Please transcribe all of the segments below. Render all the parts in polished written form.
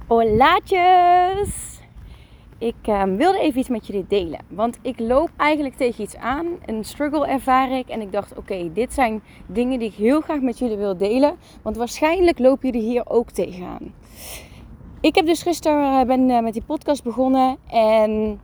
Holaatjes! Ik wilde even iets met jullie delen. Want ik loop eigenlijk tegen iets aan. Een struggle ervaar ik. En ik dacht, oké, dit zijn dingen die ik heel graag met jullie wil delen. Want waarschijnlijk lopen jullie hier ook tegenaan. Ik heb dus gisteren met die podcast begonnen. En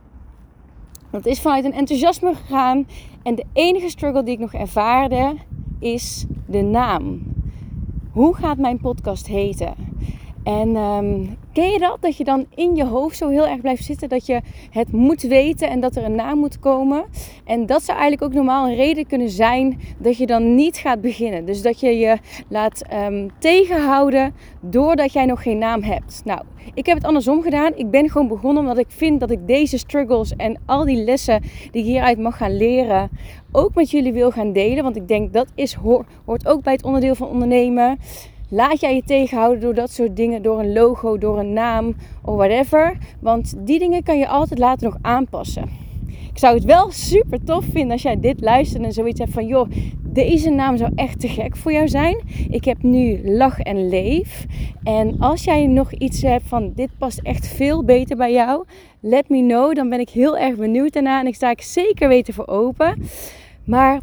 dat is vanuit een enthousiasme gegaan. En de enige struggle die ik nog ervaarde is de naam. Hoe gaat mijn podcast heten? En ken je dat? Dat je dan in je hoofd zo heel erg blijft zitten dat je het moet weten en dat er een naam moet komen. En dat zou eigenlijk ook normaal een reden kunnen zijn dat je dan niet gaat beginnen. Dus dat je je laat tegenhouden doordat jij nog geen naam hebt. Nou, ik heb het andersom gedaan. Ik ben gewoon begonnen omdat ik vind dat ik deze struggles en al die lessen die ik hieruit mag gaan leren ook met jullie wil gaan delen. Want ik denk dat hoort ook bij het onderdeel van ondernemen. Laat jij je tegenhouden door dat soort dingen, door een logo, door een naam of whatever. Want die dingen kan je altijd later nog aanpassen. Ik zou het wel super tof vinden als jij dit luistert en zoiets hebt van, joh, deze naam zou echt te gek voor jou zijn. Ik heb nu Lach en Leef. En als jij nog iets hebt van, dit past echt veel beter bij jou, let me know. Dan ben ik heel erg benieuwd daarna en ik sta zeker weten voor open. Maar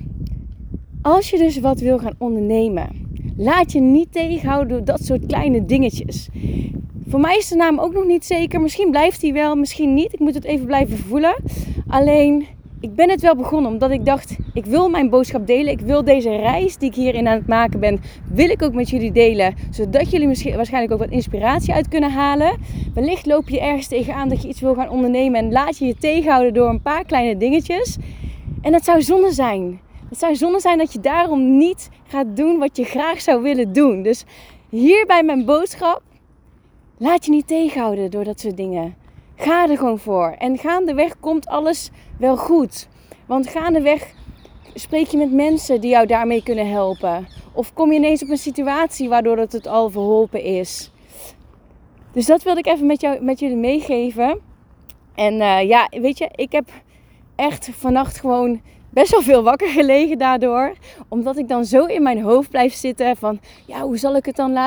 als je dus wat wil gaan ondernemen, laat je niet tegenhouden door dat soort kleine dingetjes. Voor mij is de naam ook nog niet zeker. Misschien blijft hij wel, misschien niet. Ik moet het even blijven voelen. Alleen, ik ben het wel begonnen omdat ik dacht, ik wil mijn boodschap delen. Ik wil deze reis die ik hierin aan het maken ben, wil ik ook met jullie delen. Zodat jullie waarschijnlijk ook wat inspiratie uit kunnen halen. Wellicht loop je ergens tegenaan dat je iets wil gaan ondernemen en laat je je tegenhouden door een paar kleine dingetjes. En dat zou zonde zijn. Het zou zonde zijn dat je daarom niet gaat doen wat je graag zou willen doen. Dus hierbij mijn boodschap. Laat je niet tegenhouden door dat soort dingen. Ga er gewoon voor. En gaandeweg komt alles wel goed. Want gaandeweg spreek je met mensen die jou daarmee kunnen helpen. Of kom je ineens op een situatie waardoor het al verholpen is. Dus dat wilde ik even met jullie meegeven. En weet je, ik heb echt vannacht gewoon best wel veel wakker gelegen daardoor. Omdat ik dan zo in mijn hoofd blijf zitten van, ja, hoe zal ik het dan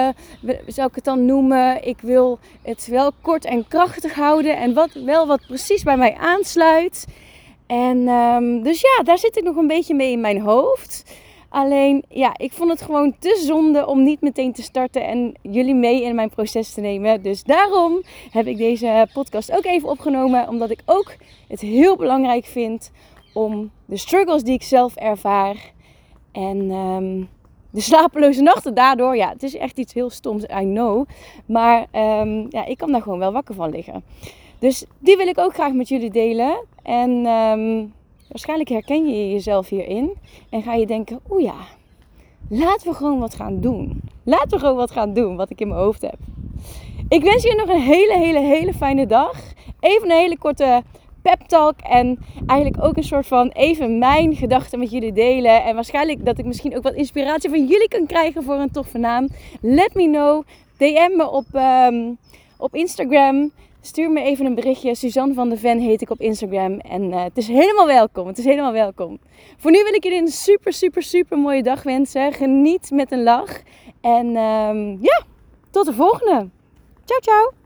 zal ik het dan noemen? Ik wil het wel kort en krachtig houden en wat precies bij mij aansluit. En dus ja, daar zit ik nog een beetje mee in mijn hoofd. Alleen, ja, ik vond het gewoon te zonde om niet meteen te starten en jullie mee in mijn proces te nemen. Dus daarom heb ik deze podcast ook even opgenomen. Omdat ik ook het heel belangrijk vind om de struggles die ik zelf ervaar en de slapeloze nachten daardoor. Ja, het is echt iets heel stoms, I know. Maar ik kan daar gewoon wel wakker van liggen. Dus die wil ik ook graag met jullie delen. En waarschijnlijk herken je jezelf hierin. En ga je denken, oeh ja, laten we gewoon wat gaan doen. Laten we gewoon wat gaan doen wat ik in mijn hoofd heb. Ik wens je nog een hele fijne dag. Even een hele korte pep talk en eigenlijk ook een soort van even mijn gedachten met jullie delen. En waarschijnlijk dat ik misschien ook wat inspiratie van jullie kan krijgen voor een toffe naam. Let me know. DM me op Instagram. Stuur me even een berichtje. Suzanne van de Ven heet ik op Instagram. En het is helemaal welkom. Het is helemaal welkom. Voor nu wil ik jullie een super mooie dag wensen. Geniet met een lach. En tot de volgende. Ciao.